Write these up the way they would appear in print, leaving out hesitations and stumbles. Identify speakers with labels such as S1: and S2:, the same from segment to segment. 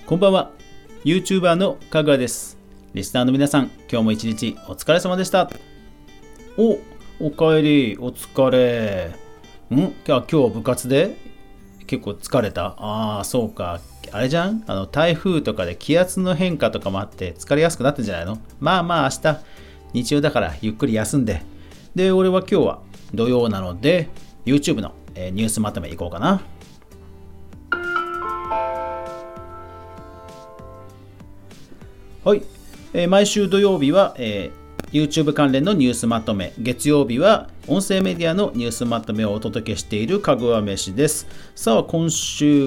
S1: こんばんは。 YouTuber のかぐわです。リスナーの皆さん、今日も一日お疲れ様でした。おかえり。お疲れ。今日部活で結構疲れた。そうか。あれじゃん、台風とかで気圧の変化とかもあって疲れやすくなってんじゃないの。まあ明日日曜だからゆっくり休んで、で俺は今日は土曜なので YouTube のニュースまとめいこうかな。はい、毎週土曜日は、YouTube 関連のニュースまとめ、月曜日は音声メディアのニュースまとめをお届けしているかぐわ飯です。さあ、今週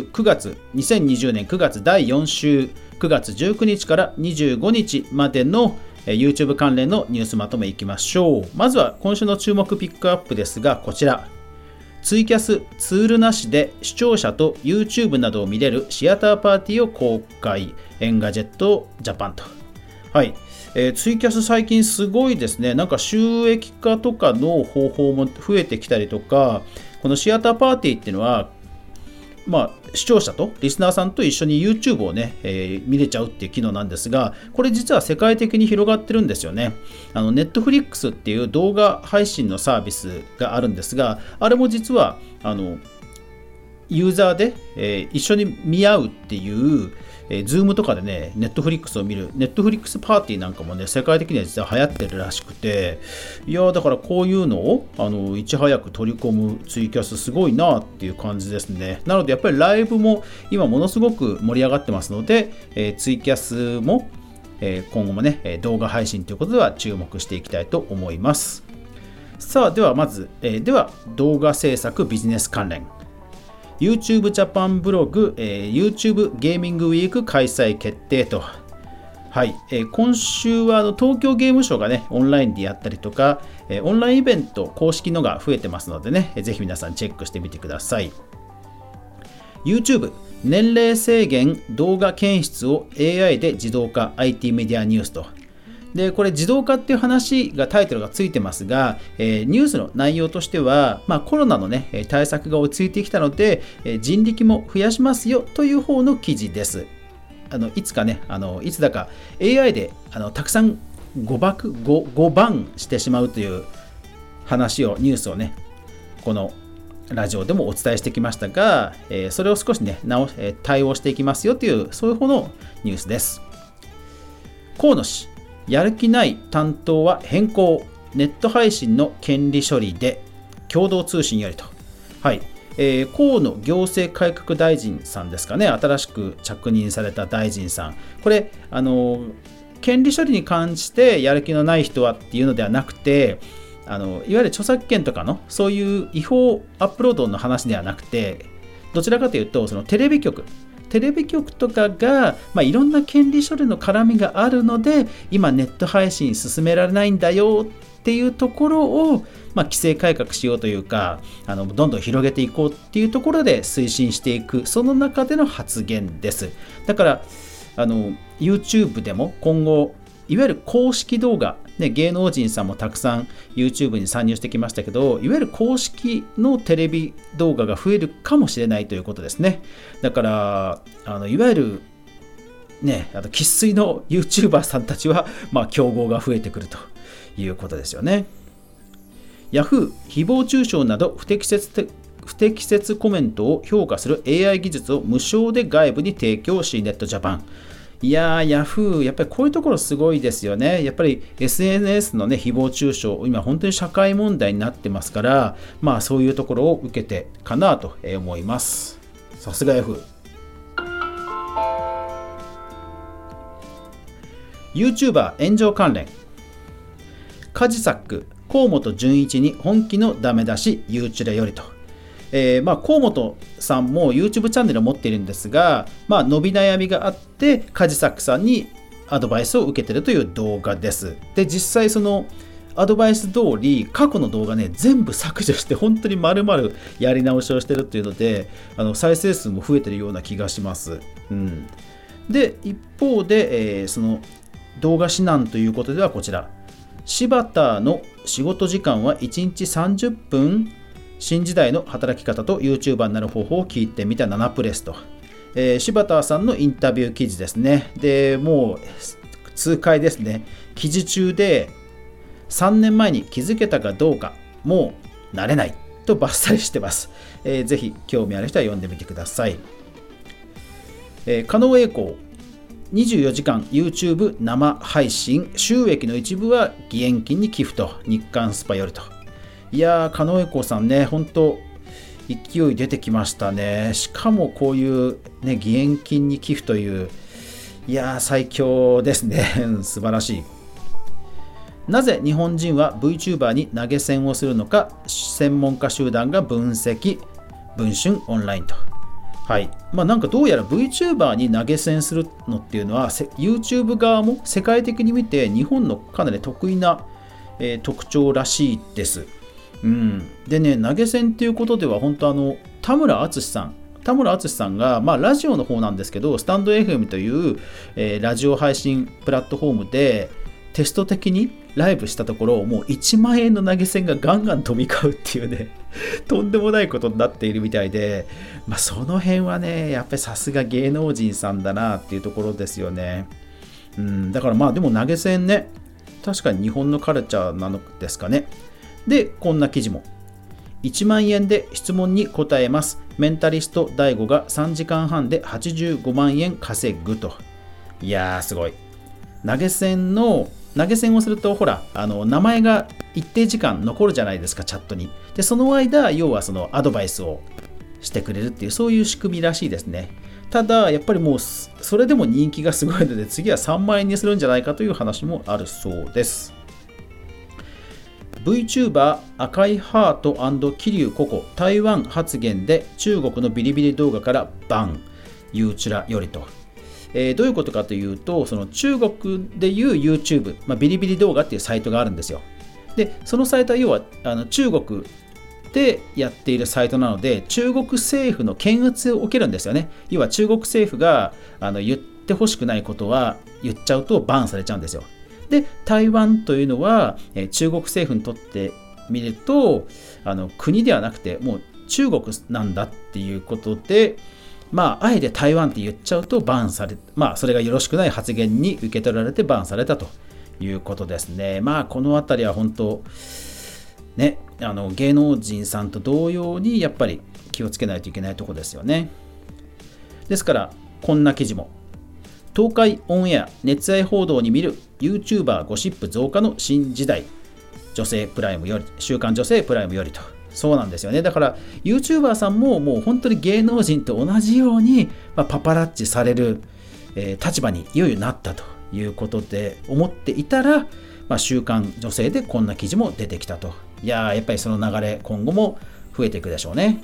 S1: 2020年9月第4週、9月19日から25日までの、YouTube 関連のニュースまとめいきましょう。まずは今週の注目ピックアップですが、こちら。ツイキャスツールなしで視聴者と YouTube などを見れるシアターパーティーを公開、エンガジェットジャパンと。はい、ツイキャス最近すごいですね。なんか収益化とかの方法も増えてきたりとか、このシアターパーティーっていうのは、視聴者とリスナーさんと一緒に YouTube をね、見れちゃうっていう機能なんですが、これ実は世界的に広がってるんですよね。Netflix っていう動画配信のサービスがあるんですが、あれも実はユーザーで、一緒に見合うっていうZoom とかでね、Netflix を見る Netflix パーティーなんかもね、世界的には実は流行ってるらしくて、いやだからこういうのをいち早く取り込むツイキャスすごいなっていう感じですね。なのでやっぱりライブも今ものすごく盛り上がってますので、ツイキャスも、今後もね、動画配信ということでは注目していきたいと思います。さあ、ではまず、動画制作ビジネス関連。YouTube ジャパンブログ、YouTube ゲーミングウィーク開催決定と。はい、今週は東京ゲームショウがね、オンラインでやったりとか、オンラインイベント公式のが増えてますのでね、ぜひ皆さんチェックしてみてください。YouTube 年齢制限動画検出を AI で自動化 IT メディアニュースと。でこれ自動化っていう話がタイトルがついてますが、ニュースの内容としては、コロナの、ね、対策が落ち着いてきたので、人力も増やしますよという方の記事です。いつかね、いつだか AI でたくさん誤番してしまうという話をニュースをね、このラジオでもお伝えしてきましたが、それを少しね対応していきますよというそういう方のニュースです。河野氏、やる気ない担当は変更、ネット配信の権利処理で共同通信よりと。はい、河野行政改革大臣さんですかね、新しく着任された大臣さん。これ権利処理に関してやる気のない人はっていうのではなくて、いわゆる著作権とかのそういう違法アップロードの話ではなくて、どちらかというとそのテレビ局とかが、いろんな権利処理の絡みがあるので、今ネット配信進められないんだよっていうところを、規制改革しようというか、どんどん広げていこうっていうところで推進していく、その中での発言です。だからYouTube でも今後いわゆる公式動画、芸能人さんもたくさん YouTube に参入してきましたけど、いわゆる公式のテレビ動画が増えるかもしれないということですね。だからいわゆる生粋の YouTuber さんたちは、競合が増えてくるということですよね。Yahoo 誹謗中傷など不適切コメントを評価する AI 技術を無償で外部に提供し、ネットジャパン。いやー、ヤフー、やっぱりこういうところすごいですよね。やっぱり SNS のね、誹謗中傷、今本当に社会問題になってますから、そういうところを受けてかなと思います。さすがヤフー。YouTuber 炎上関連。カジサック、河本純一に本気のダメ出し、ユーチュレよりと。河本さんも YouTube チャンネルを持っているんですが、伸び悩みがあってカジサックさんにアドバイスを受けているという動画です。で、実際そのアドバイス通り過去の動画ね、全部削除して本当に丸々やり直しをしているというので、再生数も増えているような気がします。で、一方で、その動画指南ということではこちら、柴田の仕事時間は1日30分、新時代の働き方と YouTuber になる方法を聞いてみた7プレスと。 柴田さんのインタビュー記事ですね。で、もう痛快ですね。記事中で3年前に気づけたかどうか、もう慣れないとバッサリしてます。ぜひ興味ある人は読んでみてください。狩野英孝24時間 YouTube 生配信、収益の一部は義援金に寄付と日刊スパよりと。いやー、狩野英孝さんね、本当勢い出てきましたね。しかもこういうね、義援金に寄付という、いやー最強ですね。素晴らしい。なぜ日本人は VTuber に投げ銭をするのか、専門家集団が分析、文春オンラインと。はい。なんかどうやら VTuber に投げ銭するのっていうのは、YouTube 側も世界的に見て日本のかなり得意な、特徴らしいです。でね、投げ銭っていうことでは本当田村淳さんが、ラジオの方なんですけど、スタンド FM という、ラジオ配信プラットフォームでテスト的にライブしたところ、もう1万円の投げ銭がガンガン飛び交うっていうねとんでもないことになっているみたいで、その辺はね、やっぱりさすが芸能人さんだなっていうところですよね。だからでも投げ銭ね、確かに日本のカルチャーなのですかね。で、こんな記事も。1万円で質問に答えます。メンタリスト DAIGO が3時間半で85万円稼ぐと。いやーすごい。投げ銭をすると、ほら、名前が一定時間残るじゃないですか、チャットに。で、その間、要はそのアドバイスをしてくれるっていう、そういう仕組みらしいですね。ただ、やっぱりもう、それでも人気がすごいので、次は3万円にするんじゃないかという話もあるそうです。VTuber 赤いハート&桐生ココ台湾発言で中国のビリビリ動画からバン、ユーチュラよりと。どういうことかというと、その中国でいう YouTube、ビリビリ動画っていうサイトがあるんですよ。で、そのサイトは要は中国でやっているサイトなので、中国政府の検閲を受けるんですよね。要は中国政府が言ってほしくないことは言っちゃうとバンされちゃうんですよ。で、台湾というのは中国政府にとってみると国ではなくてもう中国なんだっていうことで、あえて台湾って言っちゃうとバンされ、それがよろしくない発言に受け取られてバンされたということですね。このあたりは本当ね、芸能人さんと同様にやっぱり気をつけないといけないところですよね。ですからこんな記事も。東海オンエア熱愛報道に見る YouTuber ゴシップ増加の新時代、女性プライムより、週刊女性プライムよりと。そうなんですよね。だから YouTuber さんももう本当に芸能人と同じように、パパラッチされる、立場にいよいよなったということで思っていたら、週刊女性でこんな記事も出てきたと。やっぱりその流れ今後も増えていくでしょうね。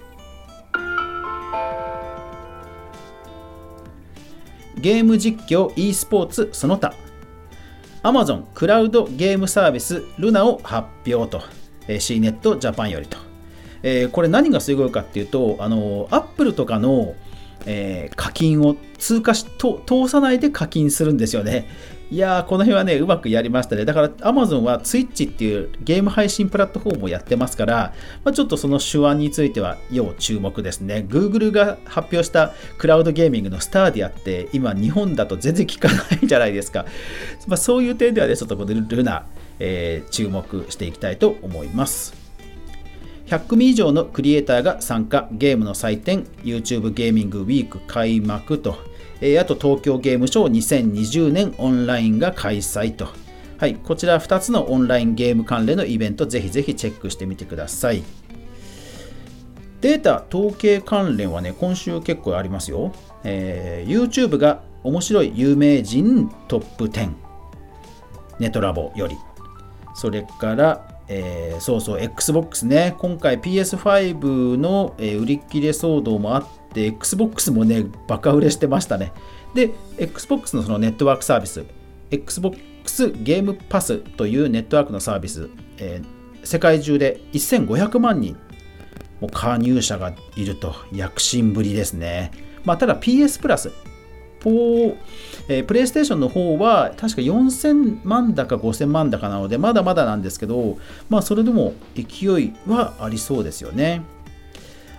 S1: ゲーム実況 e スポーツその他 Amazon クラウドゲームサービスルナを発表と、C ネットジャパンよりと、これ何がすごいかっていうと、Apple とかの、課金を通さないで課金するんですよね。いやー、この辺はね、うまくやりましたね。だから Amazon は Twitch っていうゲーム配信プラットフォームをやってますから、ちょっとその手腕については要注目ですね。Google が発表したクラウドゲーミングのスターディアって今日本だと全然聞かないじゃないですか。そういう点ではね、ちょっとこのルナ、注目していきたいと思います。100組以上のクリエイターが参加、ゲームの祭典 YouTube ゲーミングウィーク開幕と、あと東京ゲームショー2020年オンラインが開催と、はい、こちら2つのオンラインゲーム関連のイベント、ぜひぜひチェックしてみてください。データ統計関連はね、今週結構ありますよ。YouTube が面白い有名人トップ10、ネトラボより。それから、Xbox ね、今回 PS5 の、売り切れ騒動もあって、Xbox もね、バカ売れしてましたね。で、Xbox のそのネットワークサービス、Xbox ゲームパスというネットワークのサービス、世界中で1500万人も加入者がいると、躍進ぶりですね。ただ PS プラス、プレイステーションの方は確か4000万だか5000万だかなので、まだまだなんですけど、それでも勢いはありそうですよね。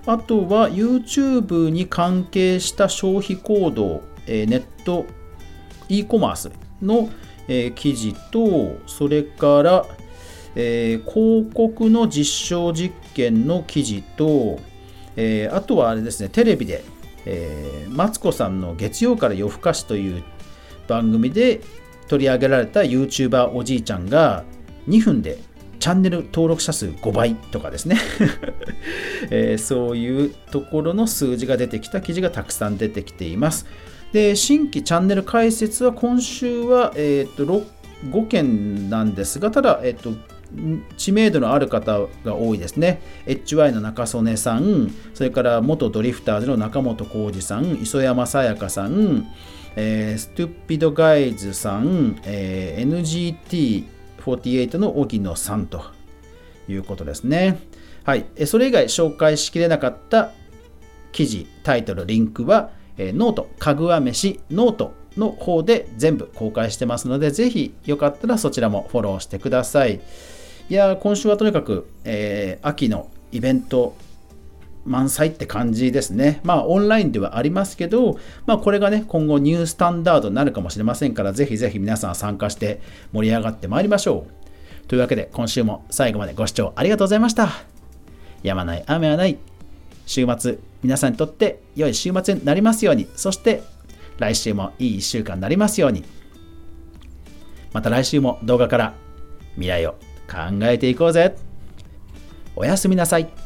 S1: あとは YouTube に関係した消費行動、ネット e コマースの、記事と、それから、広告の実証実験の記事と、あとはあれですね、テレビで、マツコさんの月曜から夜更かしという番組で取り上げられた YouTuber おじいちゃんが2分でチャンネル登録者数5倍とかですね、そういうところの数字が出てきた記事がたくさん出てきています。で、新規チャンネル開設は今週は、5件なんですが、ただ、知名度のある方が多いですね。HY の中曽根さん、それから元ドリフターズの中本浩二さん、磯山さやかさん、ストゥピドガイズさん、NGT48 の荻野さんということですね。はい、それ以外紹介しきれなかった記事、タイトル、リンクは、ノート、かぐわ飯ノートの方で全部公開してますので、ぜひよかったらそちらもフォローしてください。いや、今週はとにかく、秋のイベント満載って感じですね。オンラインではありますけど、これがね、今後ニュースタンダードになるかもしれませんから、ぜひぜひ皆さん参加して盛り上がってまいりましょう。というわけで、今週も最後までご視聴ありがとうございました。やまない雨はない。週末、皆さんにとって良い週末になりますように、そして来週もいい1週間になりますように。また来週も動画から未来を考えていこうぜ。おやすみなさい。